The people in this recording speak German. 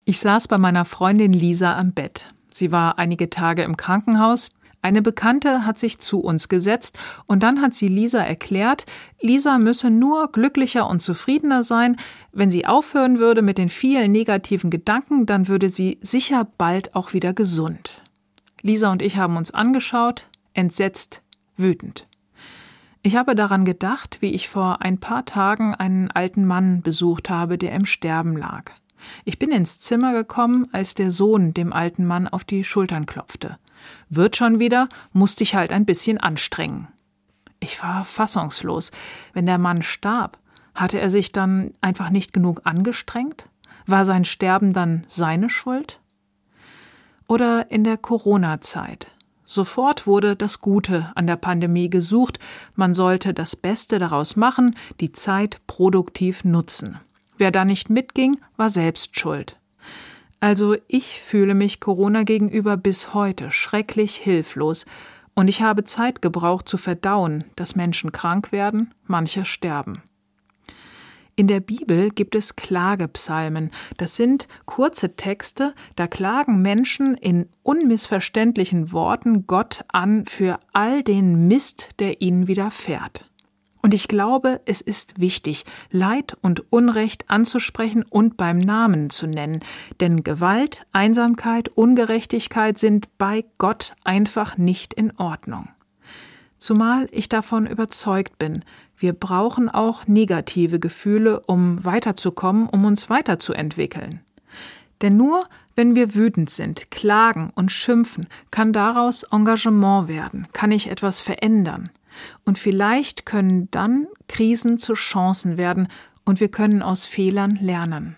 Ich saß bei meiner Freundin Lisa am Bett. Sie war einige Tage im Krankenhaus. Eine Bekannte hat sich zu uns gesetzt und dann hat sie Lisa erklärt, Lisa müsse nur glücklicher und zufriedener sein. Wenn sie aufhören würde mit den vielen negativen Gedanken, dann würde sie sicher bald auch wieder gesund. Lisa und ich haben uns angeschaut, entsetzt, wütend. Ich habe daran gedacht, wie ich vor ein paar Tagen einen alten Mann besucht habe, der im Sterben lag. Ich bin ins Zimmer gekommen, als der Sohn dem alten Mann auf die Schultern klopfte. Wird schon wieder, musste ich halt ein bisschen anstrengen. Ich war fassungslos. Wenn der Mann starb, hatte er sich dann einfach nicht genug angestrengt? War sein Sterben dann seine Schuld? Oder in der Corona-Zeit. Sofort wurde das Gute an der Pandemie gesucht. Man sollte das Beste daraus machen, die Zeit produktiv nutzen. Wer da nicht mitging, war selbst schuld. Also ich fühle mich Corona gegenüber bis heute schrecklich hilflos und ich habe Zeit gebraucht zu verdauen, dass Menschen krank werden, manche sterben. In der Bibel gibt es Klagepsalmen. Das sind kurze Texte, da klagen Menschen in unmissverständlichen Worten Gott an für all den Mist, der ihnen widerfährt. Und ich glaube, es ist wichtig, Leid und Unrecht anzusprechen und beim Namen zu nennen. Denn Gewalt, Einsamkeit, Ungerechtigkeit sind bei Gott einfach nicht in Ordnung. Zumal ich davon überzeugt bin, wir brauchen auch negative Gefühle, um weiterzukommen, um uns weiterzuentwickeln. Denn nur wenn wir wütend sind, klagen und schimpfen, kann daraus Engagement werden, kann ich etwas verändern. Und vielleicht können dann Krisen zu Chancen werden und wir können aus Fehlern lernen.